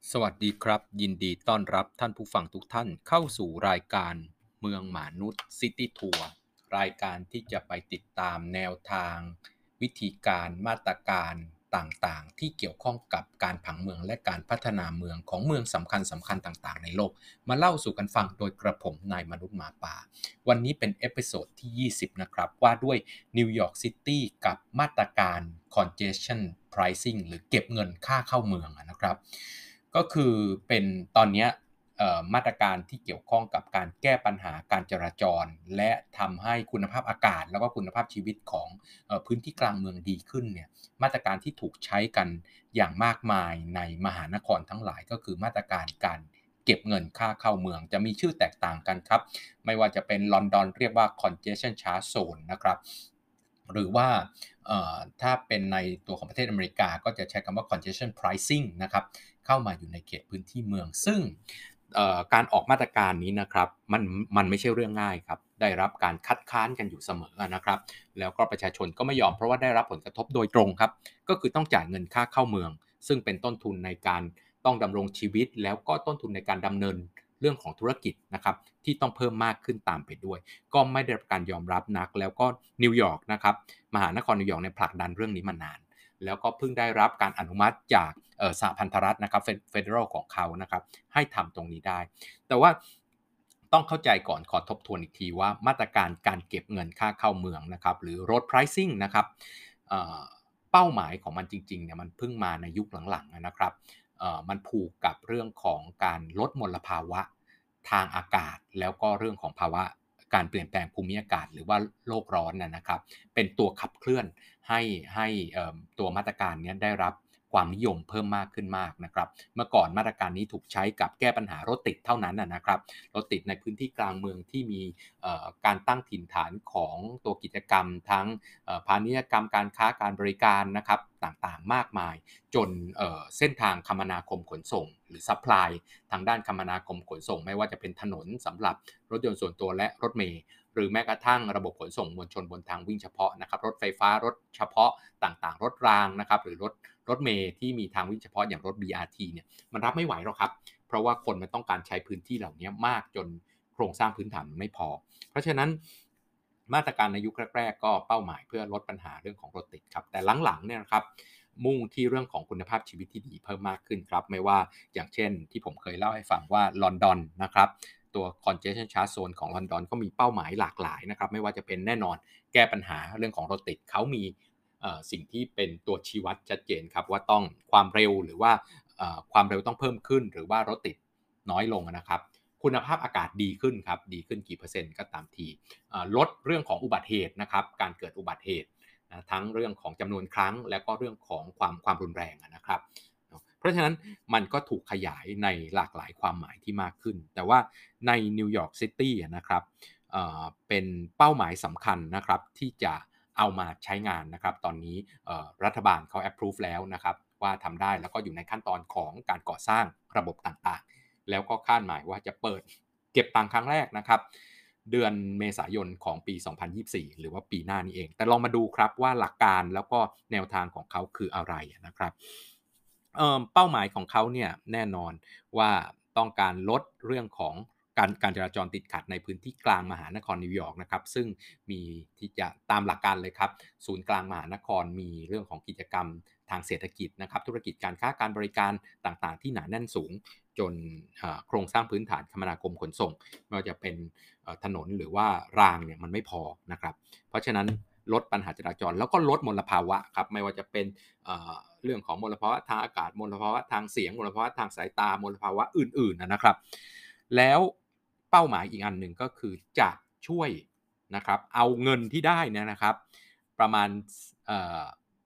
สวัสดีครับยินดีต้อนรับท่านผู้ฟังทุกท่านเข้าสู่รายการเมืองมนุษย์ซิตี้ทัวร์รายการที่จะไปติดตามแนวทางวิธีการมาตรการต่างๆที่เกี่ยวข้องกับการผังเมืองและการพัฒนาเมืองของเมืองสำคัญต่างๆในโลกมาเล่าสู่กันฟังโดยกระผมนายมนุษย์หมาป่าวันนี้เป็นเอพิโซดที่20นะครับว่าด้วยนิวยอร์กซิตี้กับมาตรการ congestion pricing หรือเก็บเงินค่าเข้าเมืองนะครับก็คือเป็นตอนนี้มาตรการที่เกี่ยวข้องกับการแก้ปัญหาการจราจรและทำให้คุณภาพอากาศแล้วก็คุณภาพชีวิตของพื้นที่กลางเมืองดีขึ้นเนี่ยมาตรการที่ถูกใช้กันอย่างมากมายในมหานครทั้งหลายก็คือมาตรการการเก็บเงินค่าเข้าเมืองจะมีชื่อแตกต่างกันครับไม่ว่าจะเป็นลอนดอนเรียกว่า congestion charge zone นะครับหรือว่าถ้าเป็นในตัวของประเทศอเมริกาก็จะใช้คำว่า congestion pricing นะครับเข้ามาอยู่ในเขตพื้นที่เมืองซึ่งการออกมาตรการนี้นะครับมันไม่ใช่เรื่องง่ายครับได้รับการคัดค้านกันอยู่เสมอนะครับแล้วก็ประชาชนก็ไม่ยอมเพราะว่าได้รับผลกระทบโดยตรงครับก็คือต้องจ่ายเงินค่าเข้าเมืองซึ่งเป็นต้นทุนในการต้องดำรงชีวิตแล้วก็ต้นทุนในการดำเนินเรื่องของธุรกิจนะครับที่ต้องเพิ่มมากขึ้นตามไปด้วยก็ไม่ได้รับการยอมรับนักแล้วก็นิวยอร์กนะครับมหานครนิวยอร์กในผลักดันเรื่องนี้มานานแล้วก็เพิ่งได้รับการอนุมัติจากสหพันธรัฐนะครับเฟเดรัลของเขานะครับให้ทำตรงนี้ได้แต่ว่าต้องเข้าใจก่อนขอทบทวนอีกทีว่ามาตรการการเก็บเงินค่าเข้าเมืองนะครับหรือ road pricing นะครับเอ่อเป้าหมายของมันจริงๆเนี่ยมันเพิ่งมาในยุคหลังๆนะครับมันผูกกับเรื่องของการลดมลภาวะทางอากาศแล้วก็เรื่องของภาวะการเปลี่ยนแปลงภูมิอากาศหรือว่าโลกร้อนนะครับเป็นตัวขับเคลื่อนให้ตัวมาตรการนี้ได้รับความนิยมเพิ่มมากขึ้นมากนะครับเมื่อก่อนมาตรการนี้ถูกใช้กับแก้ปัญหารถติดเท่านั้นนะครับรถติดในพื้นที่กลางเมืองที่มีการตั้งถิ่นฐานของตัวกิจกรรมทั้งพาณิชยกรรมการค้าการบริการนะครับต่างๆมากมายจนเส้นทางคมนาคมขนส่งหรือซัพพลายทางด้านคมนาคมขนส่งไม่ว่าจะเป็นถนนสำหรับรถยนต์ส่วนตัวและรถเมล์หรือแม้กระทั่งระบบขนส่งมวลชนบนทางวิ่งเฉพาะนะครับรถไฟฟ้ารถเฉพาะต่างๆรถรางนะครับหรือรถเมล์ที่มีทางวิ่งเฉพาะอย่างรถ BRT เนี่ยมันรับไม่ไหวหรอกครับเพราะว่าคนมันต้องการใช้พื้นที่เหล่านี้มากจนโครงสร้างพื้นฐานไม่พอเพราะฉะนั้นมาตรการในยุคแรกๆก็เป้าหมายเพื่อลดปัญหาเรื่องของรถติดครับแต่หลังๆเนี่ยนะครับมุ่งที่เรื่องของคุณภาพชีวิตที่ดีเพิ่มมากขึ้นครับไม่ว่าอย่างเช่นที่ผมเคยเล่าให้ฟังว่าลอนดอนนะครับตัว congestion charge zone ของลอนดอนก็มีเป้าหมายหลากหลายนะครับไม่ว่าจะเป็นแน่นอนแก้ปัญหาเรื่องของรถติดเขามีสิ่งที่เป็นตัวชี้วัดชัดเจนครับว่าต้องความเร็วหรือว่าความเร็วต้องเพิ่มขึ้นหรือว่ารถติดน้อยลงนะครับคุณภาพอากาศดีขึ้นครับดีขึ้นกี่เปอร์เซ็นต์ก็ตามทีลดเรื่องของอุบัติเหตุนะครับการเกิดอุบัติเหตุนะทั้งเรื่องของจำนวนครั้งและก็เรื่องของความรุนแรงนะครับเพราะฉะนั้นมันก็ถูกขยายในหลากหลายความหมายที่มากขึ้นแต่ว่าในนิวยอร์กซิตี้นะครับเป็นเป้าหมายสำคัญนะครับที่จะเอามาใช้งานนะครับตอนนี้รัฐบาลเขา approve แล้วนะครับว่าทำได้แล้วก็อยู่ในขั้นตอนของการก่อสร้างระบบต่างๆแล้วก็คาดหมายว่าจะเปิดเก็บตังค์ครั้งแรกนะครับเดือนเมษายนของปี2024หรือว่าปีหน้านี้เองแต่ลองมาดูครับว่าหลักการแล้วก็แนวทางของเขาคืออะไรนะครับเป้าหมายของเขาเนี่ยแน่นอนว่าต้องการลดเรื่องของการจราจรติดขัดในพื้นที่กลางมหานครนิวยอร์กนะครับซึ่งมีที่จะตามหลักการเลยครับศูนย์กลางมหานครมีเรื่องของกิจกรรมทางเศรษฐกิจนะครับธุรกิจการค้าการบริการต่างๆที่หนาแน่นสูงจนโครงสร้างพื้นฐานคมนาคมขนส่งไม่ว่าจะเป็นถนนหรือว่ารางเนี่ยมันไม่พอนะครับเพราะฉะนั้นลดปัญหาจราจรแล้วก็ลดมลภาวะครับไม่ว่าจะเป็นเรื่องของมลภาวะทางอากาศมลภาวะทางเสียงมลภาวะทางสายตามลภาวะอื่นๆนะครับแล้วเป้าหมายอีกอันหนึ่งก็คือจะช่วยนะครับเอาเงินที่ได้เนี่ยนะครับประมาณเอ่อ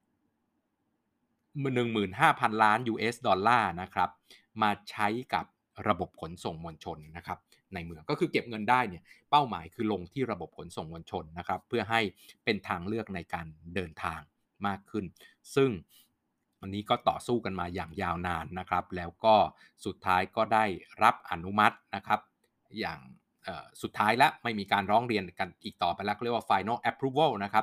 15,000 ล้าน US ดอลลาร์นะครับมาใช้กับระบบขนส่งมวลชนนะครับในเมืองก็คือเก็บเงินได้เนี่ยเป้าหมายคือลงที่ระบบขนส่งมวลชนนะครับเพื่อให้เป็นทางเลือกในการเดินทางมากขึ้นซึ่งอันนี้ก็ต่อสู้กันมาอย่างยาวนานนะครับแล้วก็สุดท้ายก็ได้รับอนุมัตินะครับอย่างสุดท้ายแล้วไม่มีการร้องเรียนกันอีกต่อไปแล้วเรียกว่า Final Approval นะครับ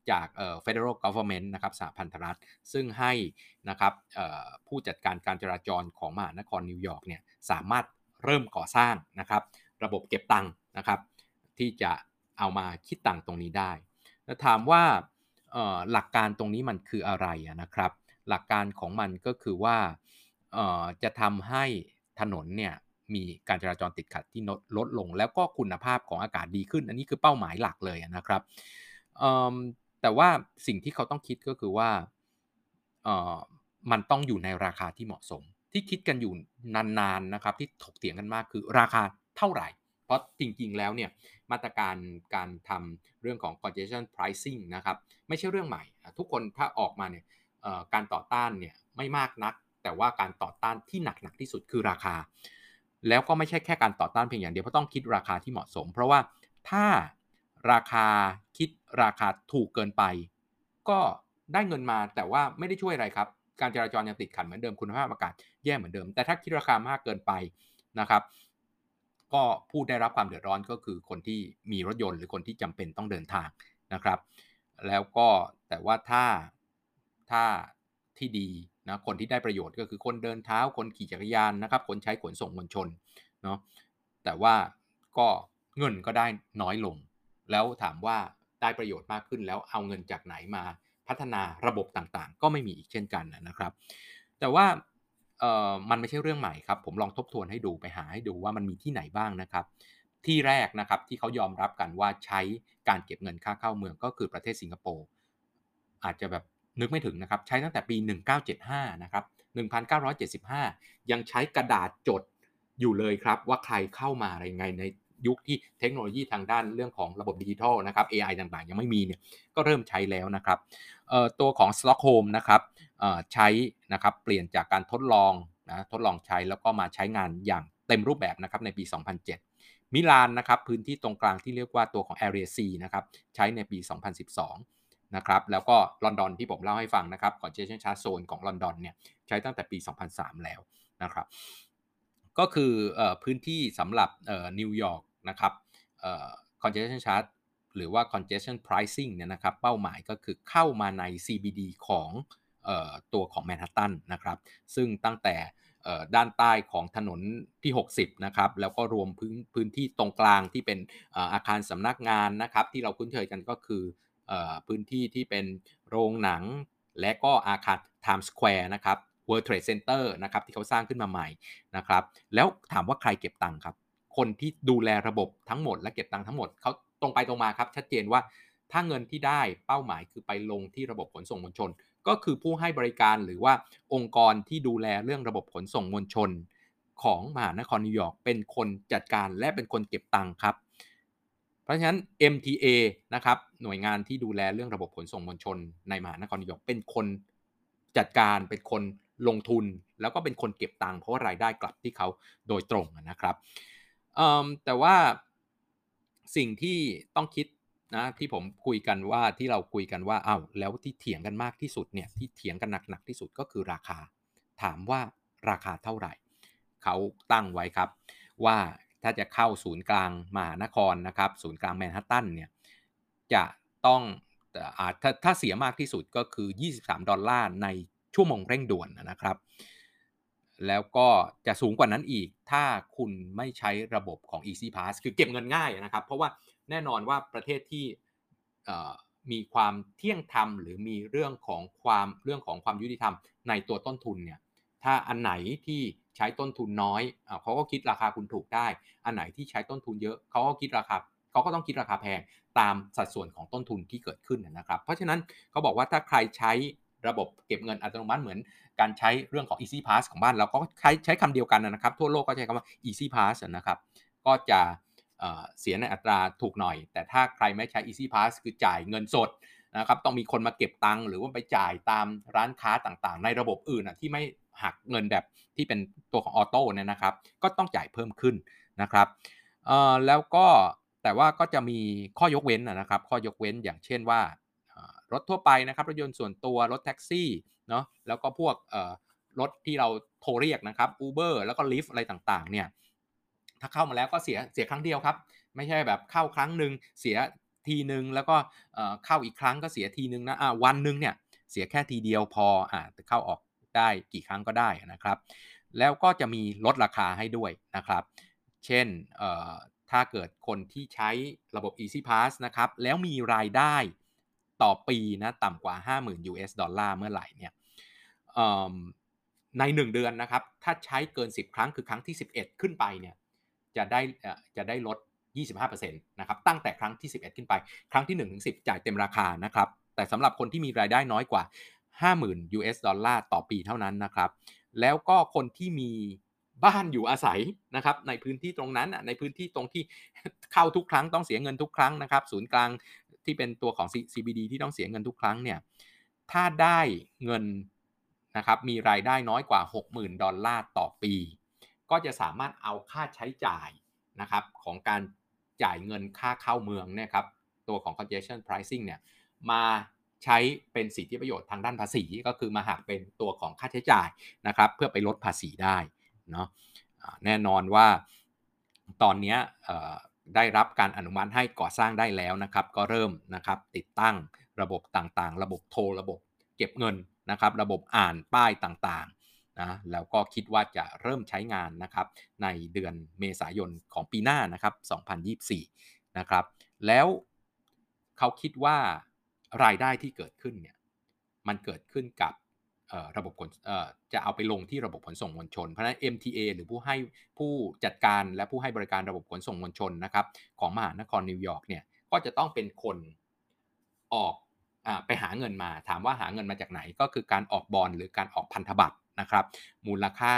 จากFederal Government นะครับสหพันธรัฐซึ่งให้นะครับผู้จัดการการจราจรของมหานครนิวยอร์กเนี่ยสามารถเริ่มก่อสร้างนะครับระบบเก็บตังค์นะครับที่จะเอามาคิดตังค์ตรงนี้ได้แล้วถามว่าหลักการตรงนี้มันคืออะไรนะครับหลักการของมันก็คือว่าจะทำให้ถนนเนี่ยมีการจราจรติดขัดที่ลดลงแล้วก็คุณภาพของอากาศดีขึ้นอันนี้คือเป้าหมายหลักเลยนะครับเอ่อแต่ว่าสิ่งที่เขาต้องคิดก็คือว่าเอ่อมันต้องอยู่ในราคาที่เหมาะสมที่คิดกันอยู่นานๆนะครับที่ถกเถียงกันมากคือราคาเท่าไหร่เพราะจริงๆแล้วเนี่ยมาตรการการทำเรื่องของ congestion pricing นะครับไม่ใช่เรื่องใหม่ทุกคนถ้าออกมาเนี่ยการต่อต้านเนี่ยไม่มากนักแต่ว่าการต่อต้านที่หนักๆที่สุดคือราคาแล้วก็ไม่ใช่แค่การต่อต้านเพียงอย่างเดียวเพราะต้องคิดราคาที่เหมาะสมเพราะว่าถ้าราคาคิดราคาถูกเกินไปก็ได้เงินมาแต่ว่าไม่ได้ช่วยอะไรครับการจราจรยังติดขัดเหมือนเดิมคุณภาพอากาศแย่เหมือนเดิมแต่ถ้าคิดราคามากเกินไปนะครับก็ผู้ได้รับความเดือดร้อนก็คือคนที่มีรถยนต์หรือคนที่จำเป็นต้องเดินทางนะครับแล้วก็แต่ว่าถ้าที่ดีนะคนที่ได้ประโยชน์ก็คือคนเดินเท้าคนขี่จักรยานนะครับคนใช้ขนส่งมวลชนเนาะแต่ว่าก็เงินก็ได้น้อยลงแล้วถามว่าได้ประโยชน์มากขึ้นแล้วเอาเงินจากไหนมาพัฒนาระบบต่างๆก็ไม่มีอีกเช่นกันนะครับแต่ว่ามันไม่ใช่เรื่องใหม่ครับผมลองทบทวนให้ดูไปหาให้ดูว่ามันมีที่ไหนบ้างนะครับที่แรกนะครับที่เขายอมรับกันว่าใช้การเก็บเงินค่าเข้าเมืองก็คือประเทศสิงคโปร์อาจจะแบบนึกไม่ถึงนะครับใช้ตั้งแต่ปี1975นะครับ1975ยังใช้กระดาษจดอยู่เลยครับว่าใครเข้ามาอะไรยังไงในยุคที่เทคโนโลยีทางด้านเรื่องของระบบดิจิทัลนะครับ AI ต่างๆยังไม่มีเนี่ยก็เริ่มใช้แล้วนะครับตัวของสต็อกโฮล์มนะครับใช้นะครับเปลี่ยนจากการทดลองนะทดลองใช้แล้วก็มาใช้งานอย่างเต็มรูปแบบนะครับในปี2007มิลานนะครับพื้นที่ตรงกลางที่เรียกว่าตัวของ Area C นะครับใช้ในปี2012นะครับแล้วก็ลอนดอนที่ผมเล่าให้ฟังนะครับ Congestion Charge Zone ของลอนดอนเนี่ยใช้ตั้งแต่ปี2003แล้วนะครับก็คือพื้นที่สำหรับนิวยอร์กนะครับเอ่อ congestion charge หรือว่า congestion pricing เนี่ยนะครับเป้าหมายก็คือเข้ามาใน CBD ของตัวของแมนฮัตตันนะครับซึ่งตั้งแต่ด้านใต้ของถนนที่60นะครับแล้วก็รวมพื้นที่ตรงกลางที่เป็นอาคารสำนักงานนะครับที่เราคุ้นเคยกันก็คือพื้นที่ที่เป็นโรงหนังและก็อาคาร Times Square นะครับ World Trade Center นะครับที่เขาสร้างขึ้นมาใหม่นะครับแล้วถามว่าใครเก็บตังค์ครับคนที่ดูแลระบบทั้งหมดและเก็บตังค์ทั้งหมดเขาตรงไปตรงมาครับชัดเจนว่าถ้าเงินที่ได้เป้าหมายคือไปลงที่ระบบขนส่งมวลชนก็คือผู้ให้บริการหรือว่าองค์กรที่ดูแลเรื่องระบบขนส่งมวลชนของมหานครนิวยอร์กเป็นคนจัดการและเป็นคนเก็บตังค์ครับเพราะฉะนั้น MTA นะครับหน่วยงานที่ดูแลเรื่องระบบขนส่งมวลชนในมหานครนิวยอร์กเป็นคนจัดการเป็นคนลงทุนแล้วก็เป็นคนเก็บตังค์เพราะว่ารายได้กลับที่เขาโดยตรงนะครับแต่ว่าสิ่งที่ต้องคิดนะที่ผมคุยกันว่าที่เราคุยกันว่าอ้าวแล้วที่เถียงกันมากที่สุดเนี่ยที่เถียงกันหนักๆที่สุดก็คือราคาถามว่าราคาเท่าไหร่เขาตั้งไว้ครับว่าถ้าจะเข้าศูนย์กลางมหานครนะครับศูนย์กลางแมนฮัตตันเนี่ยจะต้องถ้าเสียมากที่สุดก็คือ$23ในชั่วโมงเร่งด่วนนะครับแล้วก็จะสูงกว่านั้นอีกถ้าคุณไม่ใช้ระบบของ Easy Pass คือเก็บเงินง่ายนะครับเพราะว่าแน่นอนว่าประเทศที่มีความเที่ยงธรรมหรือมีเรื่องของความยุติธรรมในตัวต้นทุนเนี่ยถ้าอันไหนที่ใช้ต้นทุนน้อยเขาก็คิดราคาคุณถูกได้อันไหนที่ใช้ต้นทุนเยอะเขาก็ต้องคิดราคาแพงตามสัดส่วนของต้นทุนที่เกิดขึ้นนะครับเพราะฉะนั้นเขาบอกว่าถ้าใครใช้ระบบเก็บเงินอัตโนมัติเหมือนการใช้เรื่องของ Easy Pass ของบ้านเราก็ใช้คำเดียวกันนะครับทั่วโลกก็ใช้คำว่า Easy Pass นะครับก็จะเสียในอัตราถูกหน่อยแต่ถ้าใครไม่ใช้ Easy Pass คือจ่ายเงินสดนะครับต้องมีคนมาเก็บตังค์หรือว่าไปจ่ายตามร้านค้าต่างๆในระบบอื่นที่ไม่หักเงินแบบที่เป็นตัวของออโต้เนี่ยนะครับก็ต้องจ่ายเพิ่มขึ้นนะครับแล้วก็แต่ว่าก็จะมีข้อยกเว้นนะครับข้อยกเว้นอย่างเช่นว่ารถทั่วไปนะครับรถยนต์ส่วนตัวรถแท็กซี่เนาะแล้วก็พวกรถที่เราโทรเรียกนะครับ Uber แล้วก็ Lyft อะไรต่างๆเนี่ยถ้าเข้ามาแล้วก็เสียครั้งเดียวครับไม่ใช่แบบเข้าครั้งหนึ่งเสียททีนึงแล้วก็เข้าอีกครั้งก็เสียทีนึงนะวันหนึ่งเนี่ยเสียแค่ทีเดียวพอเข้าออกได้กี่ครั้งก็ได้นะครับแล้วก็จะมีลดราคาให้ด้วยนะครับเช่นถ้าเกิดคนที่ใช้ระบบ Easy Pass นะครับแล้วมีรายได้ต่อปีนะต่ำกว่า $50,000 เมื่อไหร่เนี่ยใน1เดือนนะครับถ้าใช้เกิน10ครั้งคือครั้งที่11ขึ้นไปเนี่ยจะได้ลด 25%นะครับตั้งแต่ครั้งที่11ขึ้นไปครั้งที่1ถึง10จ่ายเต็มราคานะครับแต่สำหรับคนที่มีรายได้น้อยกว่า $50,000 ต่อปีเท่านั้นนะครับแล้วก็คนที่มีบ้านอยู่อาศัยนะครับในพื้นที่ตรงนั้นในพื้นที่ตรงที่เข้าทุกครั้งต้องเสียเงินทุกครั้งนะครับศูนย์กลางที่เป็นตัวของ CBD ที่ต้องเสียเงินทุกครั้งเนี่ยถ้าได้เงินนะครับมีรายได้น้อยกว่า $60,000 ต่อปีก็จะสามารถเอาค่าใช้จ่ายนะครับของการจ่ายเงินค่าเข้าเมืองเนี่ยครับตัวของ congestion pricing เนี่ยมาใช้เป็นสิทธิประโยชน์ทางด้านภาษีก็คือมาหักเป็นตัวของค่าใช้จ่ายนะครับเพื่อไปลดภาษีได้เนาะแน่นอนว่าตอนนี้ได้รับการอนุมัติให้ก่อสร้างได้แล้วนะครับก็เริ่มนะครับติดตั้งระบบต่างๆระบบโทรระบบเก็บเงินนะครับระบบอ่านป้ายต่างๆนะแล้วก็คิดว่าจะเริ่มใช้งานนะครับในเดือนเมษายนของปีหน้านะครับ2024นะครับแล้วเขาคิดว่ารายได้ที่เกิดขึ้นเนี่ยมันเกิดขึ้นกับระบบขนจะเอาไปลงที่ระบบขนส่งมวลชนเพราะฉะนั้น MTA หรือผู้จัดการและผู้ให้บริการระบบขนส่งมวลชนนะครับของมหานครนิวยอร์กเนี่ยก็จะต้องเป็นคนออกไปหาเงินมาถามว่าหาเงินมาจากไหนก็คือการออกบอนด์หรือการออกพันธบัตรนะครับมูลค่า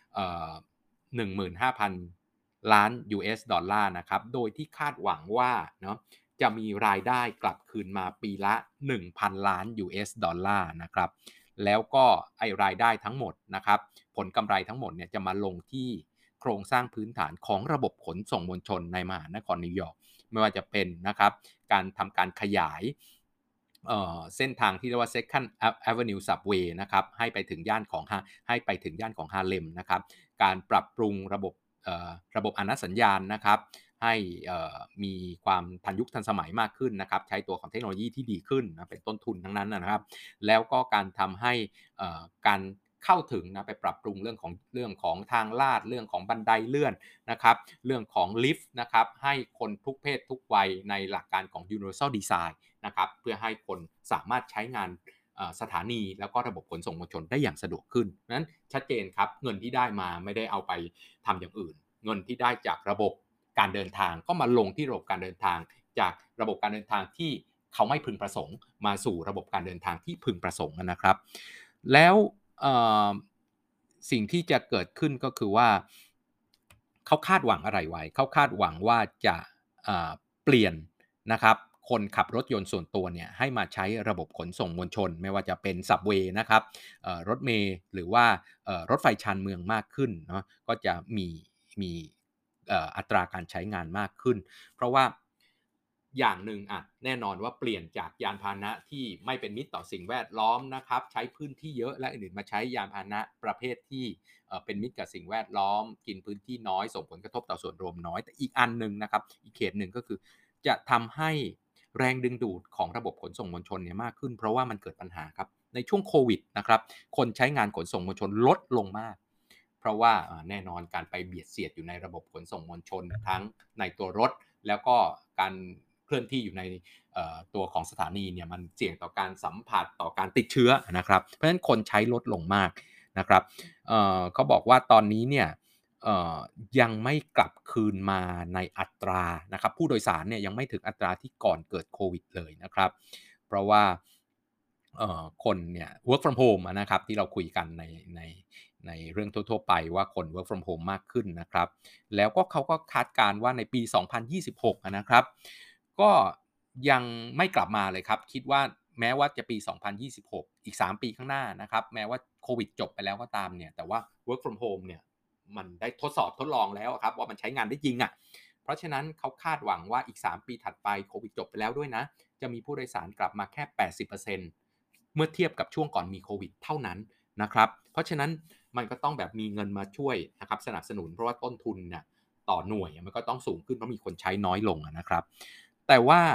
15,000 ล้าน US ดอลลาร์นะครับโดยที่คาดหวังว่าเนาะจะมีรายได้กลับคืนมาปีละ 1,000 ล้าน US ดอลลาร์นะครับแล้วก็ไอ้รายได้ทั้งหมดนะครับผลกำไรทั้งหมดเนี่ยจะมาลงที่โครงสร้างพื้นฐานของระบบขนส่งมวลชนในมหานครนิวยอร์กไม่ว่าจะเป็นนะครับการทำการขยายเส้นทางที่เรียกว่า Second Avenue Subway นะครับให้ไปถึงย่านของฮาร์เลมนะครับการปรับปรุงระบบอนัตสัญญาณนะครับให้มีความทันยุคทันสมัยมากขึ้นนะครับใช้ตัวของเทคโนโลยีที่ดีขึ้นนะเป็นต้นทุนทั้งนั้นนะครับแล้วก็การทำให้การเข้าถึงนะไปปรับปรุงเรื่องของทางลาดเรื่องของบันไดเลื่อนนะครับเรื่องของลิฟต์นะครับให้คนทุกเพศทุกวัยในหลักการของ Universal Design นะครับเพื่อให้คนสามารถใช้งานสถานีแล้วก็ระบบขนส่งมวลชนได้อย่างสะดวกขึ้นนั้นชัดเจนครับเงินที่ได้มาไม่ได้เอาไปทำอย่างอื่นเงินที่ได้จากระบบการเดินทางก็มาลงที่ระบบการเดินทางจากระบบการเดินทางที่เขาไม่พึงประสงค์มาสู่ระบบการเดินทางที่พึงประสงค์นะครับแล้วสิ่งที่จะเกิดขึ้นก็คือว่าเขาคาดหวังอะไรไว้เขาคาดหวังว่าจะเปลี่ยนนะครับคนขับรถยนต์ส่วนตัวเนี่ยให้มาใช้ระบบขนส่งมวลชนไม่ว่าจะเป็นซับเวย์นะครับรถเมล์หรือว่ารถไฟชานเมืองมากขึ้นเนาะก็จะมีอัตราการใช้งานมากขึ้นเพราะว่าอย่างหนึ่งแน่นอนว่าเปลี่ยนจากยานพาหนะที่ไม่เป็นมิตรต่อสิ่งแวดล้อมนะครับใช้พื้นที่เยอะและอื่นๆมาใช้ยานพาหนะประเภทที่เป็นมิตรกับสิ่งแวดล้อมกินพื้นที่น้อยส่งผลกระทบต่อส่วนรวมน้อยแต่อีกอันหนึ่งนะครับอีกเขตหนึ่งก็คือจะทำให้แรงดึงดูดของระบบขนส่งมวลชนเนี่ยมากขึ้นเพราะว่ามันเกิดปัญหาครับในช่วงโควิดนะครับคนใช้งานขนส่งมวลชนลดลงมากเพราะว่าแน่นอนการไปเบียดเสียดอยู่ในระบบขนส่งมวลชนทั้งในตัวรถแล้วก็การเคลื่อนที่อยู่ในตัวของสถานีเนี่ยมันเสี่ยงต่อการสัมผัสต่อการติดเชื้อนะครับเพราะฉะนั้นคนใช้ลดลงมากนะครับเขาบอกว่าตอนนี้เนี่ยยังไม่กลับคืนมาในอัตรานะครับผู้โดยสารเนี่ยยังไม่ถึงอัตราที่ก่อนเกิดโควิดเลยนะครับเพราะว่าคนเนี่ย work from home นะครับที่เราคุยกันในเรื่องทั่วๆไปว่าคน work from home มากขึ้นนะครับแล้วก็เขาก็คาดการณ์ว่าในปี2026นะครับก็ยังไม่กลับมาเลยครับคิดว่าแม้ว่าจะปี2026อีก3ปีข้างหน้านะครับแม้ว่าโควิดจบไปแล้วก็ตามเนี่ยแต่ว่า work from home เนี่ยมันได้ทดลองแล้วครับว่ามันใช้งานได้จริงเพราะฉะนั้นเขาคาดหวังว่าอีก3ปีถัดไปโควิดจบไปแล้วด้วยนะจะมีผู้โดยสารกลับมาแค่ 80%เมื่อเทียบกับช่วงก่อนมีโควิดเท่านั้นนะครับเพราะฉะนั้นมันก็ต้องแบบมีเงินมาช่วยนะครับสนับสนุนเพราะว่าต้นทุนเนี่ยต่อหน่วยมันก็ต้องสูงขึ้นเพราะมีคนใช้น้อยลงนะครับแต่ว่า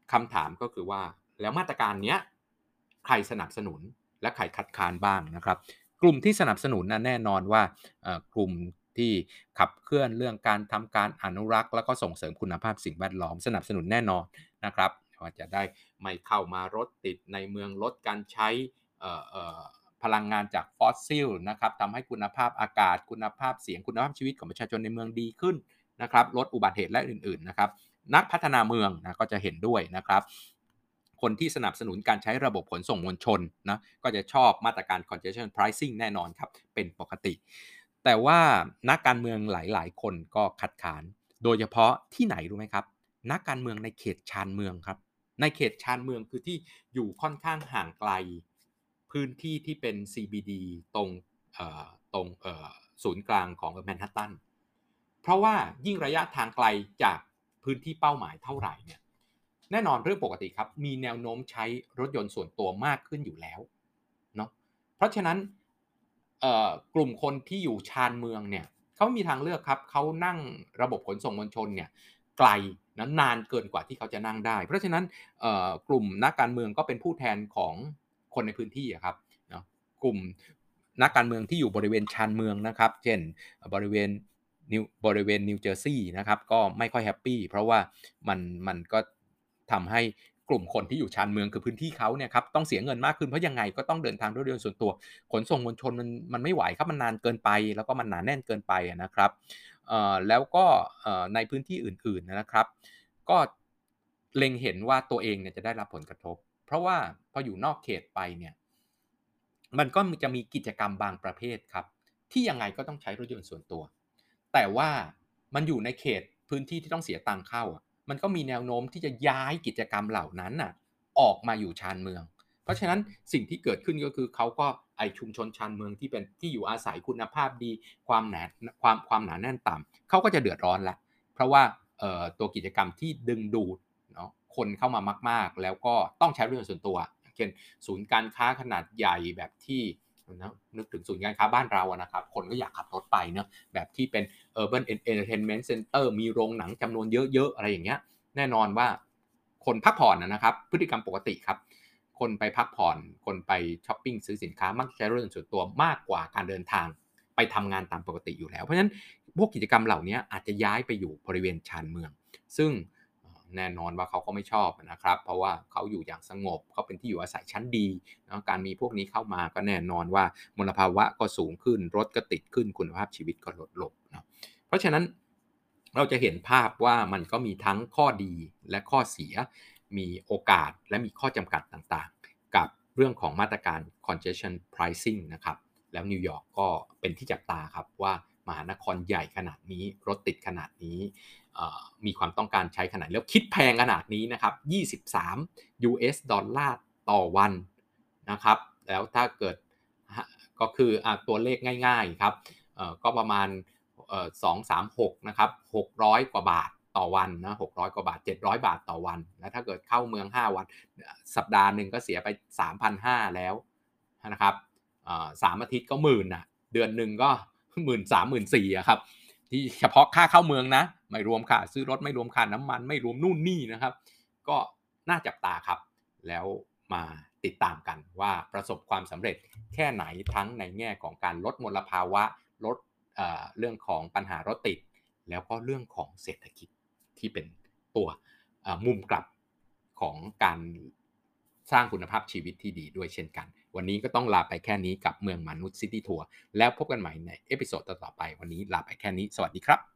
คำถามก็คือว่าแล้วมาตรการเนี้ยใครสนับสนุนและใครคัดค้านบ้างนะครับกลุ่มที่สนับสนุนนะแน่นอนว่ากลุ่มที่ขับเคลื่อนเรื่องการทำการอนุรักษ์แล้วก็ส่งเสริมคุณภาพสิ่งแวดล้อมสนับสนุนแน่นอนนะครับว่าจะได้ไม่เข้ามารถติดในเมืองลดการใช้เอ่อเอ่อพลังงานจากฟอสซิลนะครับทำให้คุณภาพอากาศคุณภาพเสียงคุณภาพชีวิตของประชาชนในเมืองดีขึ้นนะครับลดอุบัติเหตุและอื่นๆนะครับ นักพัฒนาเมืองนะก็จะเห็นด้วยนะครับคนที่สนับสนุนการใช้ระบบขนส่งมวลชนนะก็จะชอบมาตรการ congestion pricing แน่นอนครับเป็นปกติแต่ว่านักการเมืองหลายๆคนก็คัดค้านโดยเฉพาะที่ไหนรู้ไหมครับนักการเมืองในเขตชานเมืองครับในเขตชานเมืองคือที่อยู่ค่อนข้างห่างไกลพื้นที่ที่เป็น CBD ตรงศูนย์กลางของแมนฮัตตันเพราะว่ายิ่งระยะทางไกลจากพื้นที่เป้าหมายเท่าไหร่เนี่ยแน่นอนเรื่องปกติครับมีแนวโน้มใช้รถยนต์ส่วนตัวมากขึ้นอยู่แล้วเนาะเพราะฉะนั้นกลุ่มคนที่อยู่ชานเมืองเนี่ยเขามีทางเลือกครับเขานั่งระบบขนส่งมวลชนเนี่ยไกลนานเกินกว่าที่เขาจะนั่งได้เพราะฉะนั้นกลุ่มนักการเมืองก็เป็นผู้แทนของคนในพื้นที่ครับเนาะกลุ่มนักการเมืองที่อยู่บริเวณชานเมืองนะครับเช่นบริเวณ นิวเจอร์ซีย์นะครับก็ไม่ค่อยแฮปปี้เพราะว่ามันก็ทำให้กลุ่มคนที่อยู่ชานเมืองคือพื้นที่เขาเนี่ยครับต้องเสียเงินมากขึ้นเพราะยังไงก็ต้องเดินทางด้วยรถยนต์ส่วนตัวขนส่งมวลชนมันไม่ไหวครับมันนานเกินไปแล้วก็มันหนาแน่นเกินไปนะครับแล้วก็ในพื้นที่อื่นๆนะครับก็เล็งเห็นว่าตัวเองเนี่ยจะได้รับผลกระทบเพราะว่าพออยู่นอกเขตไปเนี่ยมันก็จะมีกิจกรรมบางประเภทครับที่ยังไงก็ต้องใช้รถยนต์ส่วนตัว แต่ว่ามันอยู่ในเขตพื้นที่ที่ต้องเสียตังค์เข้าอะมันก็มีแนวโน้มที่จะย้ายกิจกรรมเหล่านั้นน่ะออกมาอยู่ชานเมืองเพราะฉะนั้นสิ่งที่เกิดขึ้นก็คือเขาก็ไอชุมชนชานเมืองที่เป็นที่อยู่อาศัยคุณภาพดีความหนาแน่นต่ำเขาก็จะเดือดร้อนแล้วเพราะว่าตัวกิจกรรมที่ดึงดูดเนาะคนเข้ามามากๆแล้วก็ต้องใช้รถยนต์ส่วนตัวอย่างเช่นศูนย์การค้าขนาดใหญ่แบบที่นะนึกถึงศูนย์การค้าบ้านเราอะนะครับคนก็อยากขับรถไปเนาะแบบที่เป็น Urban Entertainment Center มีโรงหนังจำนวนเยอะๆอะไรอย่างเงี้ยแน่นอนว่าคนพักผ่อนนะครับพฤติกรรมปกติครับคนไปพักผ่อนคนไปช้อปปิ้งซื้อสินค้ามักใช้รถยนต์ส่วนตัวมากกว่าการเดินทางไปทำงานตามปกติอยู่แล้วเพราะฉะนั้นพวกกิจกรรมเหล่านี้อาจจะย้ายไปอยู่บริเวณชานเมืองซึ่งแน่นอนว่าเขาก็ไม่ชอบนะครับเพราะว่าเขาอยู่อย่างสงบเขาเป็นที่อยู่อาศัยชั้นดีนะการมีพวกนี้เข้ามาก็แน่นอนว่ามลภาวะก็สูงขึ้นรถก็ติดขึ้นคุณภาพชีวิตก็ลดลงนะเพราะฉะนั้นเราจะเห็นภาพว่ามันก็มีทั้งข้อดีและข้อเสียมีโอกาสและมีข้อจำกัดต่างๆกับเรื่องของมาตรการ congestion pricing นะครับแล้วนิวยอร์กก็เป็นที่จับตาครับว่ามหานครใหญ่ขนาดนี้รถติดขนาดนี้มีความต้องการใช้ขนาดแล้วคิดแพงขนาดนี้นะครับ23 US ดอลลาร์ต่อวันนะครับแล้วถ้าเกิดก็คือตัวเลขง่ายๆครับก็ประมาณ236นะครับ600กว่าบาทต่อวันนะ600กว่าบาท700บาทต่อวันแล้วถ้าเกิดเข้าเมือง5วันสัปดาห์หนึ่งก็เสียไป 3,500 แล้วนะครับ3อาทิตย์ก็หมื่นอ่ะเดือนหนึ่งก็13,000-14,000อะครับที่เฉพาะค่าเข้าเมืองนะไม่รวมค่าซื้อรถไม่รวมค่าน้ำมันไม่รวมนู่นนี่นะครับก็น่าจับตาครับแล้วมาติดตามกันว่าประสบความสำเร็จแค่ไหนทั้งในแง่ของการลดมลภาวะลดเรื่องของปัญหารถติดแล้วก็เรื่องของเศรษฐกิจที่เป็นตัวมุมกลับของการสร้างคุณภาพชีวิตที่ดีด้วยเช่นกันวันนี้ก็ต้องลาไปแค่นี้กับเมืองมนุษย์ซิตี้ทัวร์แล้วพบกันใหม่ในเอพิโซดต่อๆไปวันนี้ลาไปแค่นี้สวัสดีครับ